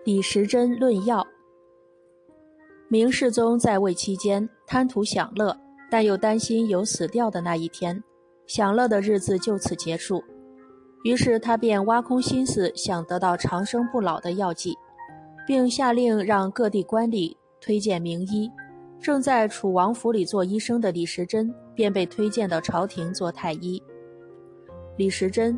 李时珍论药。明世宗在位期间贪图享乐，但又担心有死掉的那一天，享乐的日子就此结束。于是他便挖空心思想得到长生不老的药剂，并下令让各地官吏推荐名医。正在楚王府里做医生的李时珍便被推荐到朝廷做太医。李时珍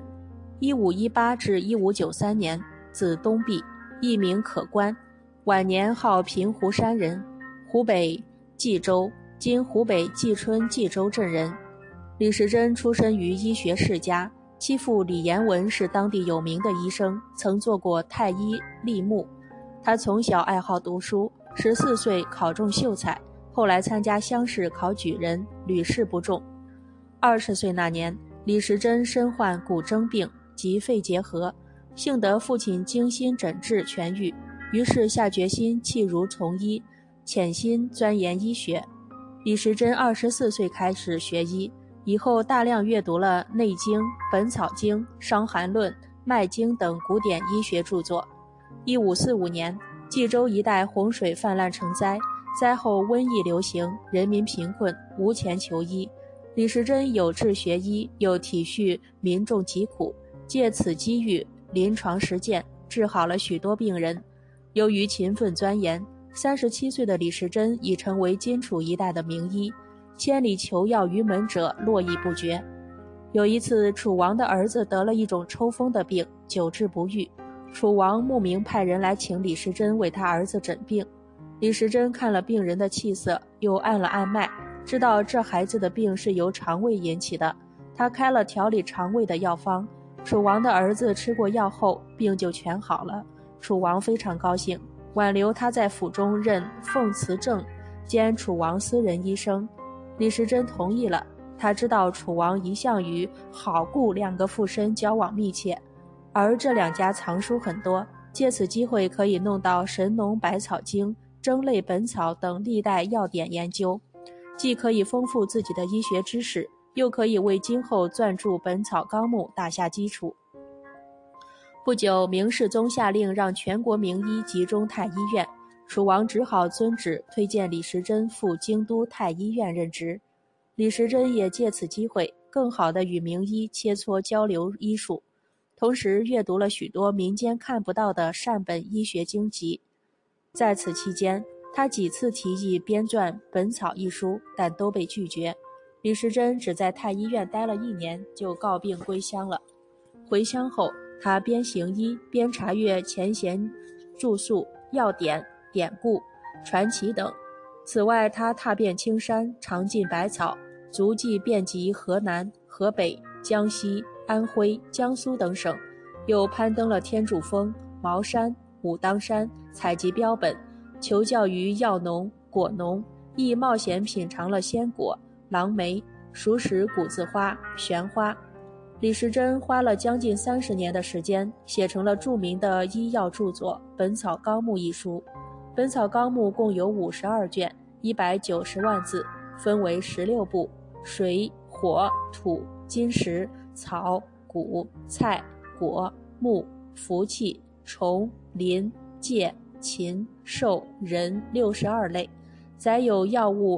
1518至1593年，字东壁，艺名可观，晚年号平湖山人，湖北冀州（今湖北蓟春冀州镇）人。李时珍出身于医学世家，其父李延文是当地有名的医生，曾做过太医吏目。他从小爱好读书，14岁考中秀才，后来参加乡试考举人，屡试不中。20岁那年，李时珍身患骨蒸病及肺结核，幸得父亲精心诊治痊愈，于是下决心弃儒从医，潜心钻研医学。李时珍24岁开始学医，以后大量阅读了《内经》《本草经》《伤寒论》《脉经》等古典医学著作。1545年，冀州一带洪水泛滥成灾，灾后瘟疫流行，人民贫困，无钱求医。李时珍有志学医，又体恤民众疾苦，借此机遇临床实践，治好了许多病人。由于勤奋钻研，37岁的李时珍已成为荆楚一带的名医，千里求药于门者络绎不绝。有一次，楚王的儿子得了一种抽风的病，久治不愈。楚王慕名派人来请李时珍为他儿子诊病。李时珍看了病人的气色，又按了按脉，知道这孩子的病是由肠胃引起的，他开了调理肠胃的药方。楚王的儿子吃过药后，病就全好了。楚王非常高兴，挽留他在府中任奉祠正兼楚王私人医生。李时珍同意了，他知道楚王一向与好顾两个附身交往密切，而这两家藏书很多，借此机会可以弄到《神农百草经》《征类本草》等历代药典研究，既可以丰富自己的医学知识，又可以为今后撰著《本草纲目》打下基础。不久，明世宗下令让全国名医集中太医院，楚王只好遵旨推荐李时珍赴京都太医院任职。李时珍也借此机会更好地与名医切磋交流医术，同时阅读了许多民间看不到的善本医学经籍。在此期间，他几次提议编撰《本草》一书，但都被拒绝。李时珍只在太医院待了1年，就告病归乡了。回乡后，他边行医边查阅前贤著述、药典、典故、传奇等。此外，他踏遍青山，尝尽百草，足迹遍及河南、河北、江西、安徽、江苏等省，又攀登了天柱峰、茅山、武当山，采集标本，求教于药农、果农，亦冒险品尝了鲜果、狼莓，熟识谷子花、玄花。李时珍花了将近30年的时间，写成了著名的医药著作《本草纲目》一书。《本草纲目》共有52卷，190万字，分为16部：水、火、土、金石、草、谷、菜、果、木、服气、虫、鳞、介、禽、兽、人62类，载有药物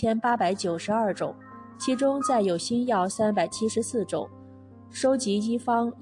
1892种，其中载有新药374种，收集医方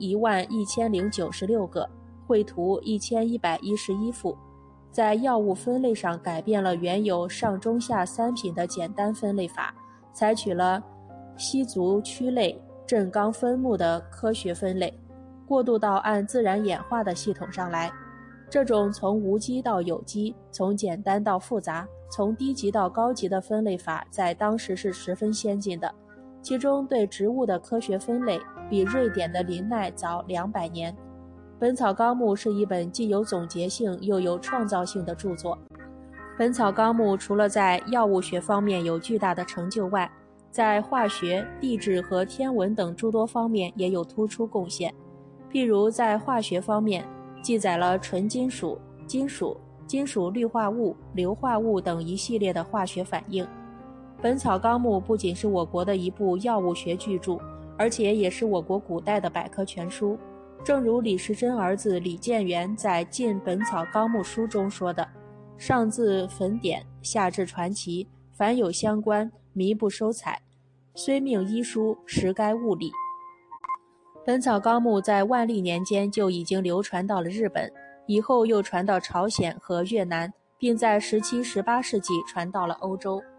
11096个，绘图1111幅。在药物分类上改变了原有上中下3品的简单分类法，采取了稀族区类、镇纲分目的科学分类，过渡到按自然演化的系统上来。这种从无机到有机，从简单到复杂，从低级到高级的分类法在当时是十分先进的。其中对植物的科学分类比瑞典的林奈早200年。《本草纲目》是一本既有总结性又有创造性的著作。《本草纲目》除了在药物学方面有巨大的成就外，在化学、地质和天文等诸多方面也有突出贡献。譬如在化学方面，记载了纯金属、金属、金属氯化物、硫化物等一系列的化学反应。《本草纲目》不仅是我国的一部药物学巨著，而且也是我国古代的百科全书。 正如李时珍儿子李建元在《晋本草纲目》书中说的：“上自坟典，下至传奇，凡有相关，靡不收采。虽命医书，实该物理。”《本草纲目》在万历年间就已经流传到了日本，以后又传到朝鲜和越南，并在17、18世纪传到了欧洲。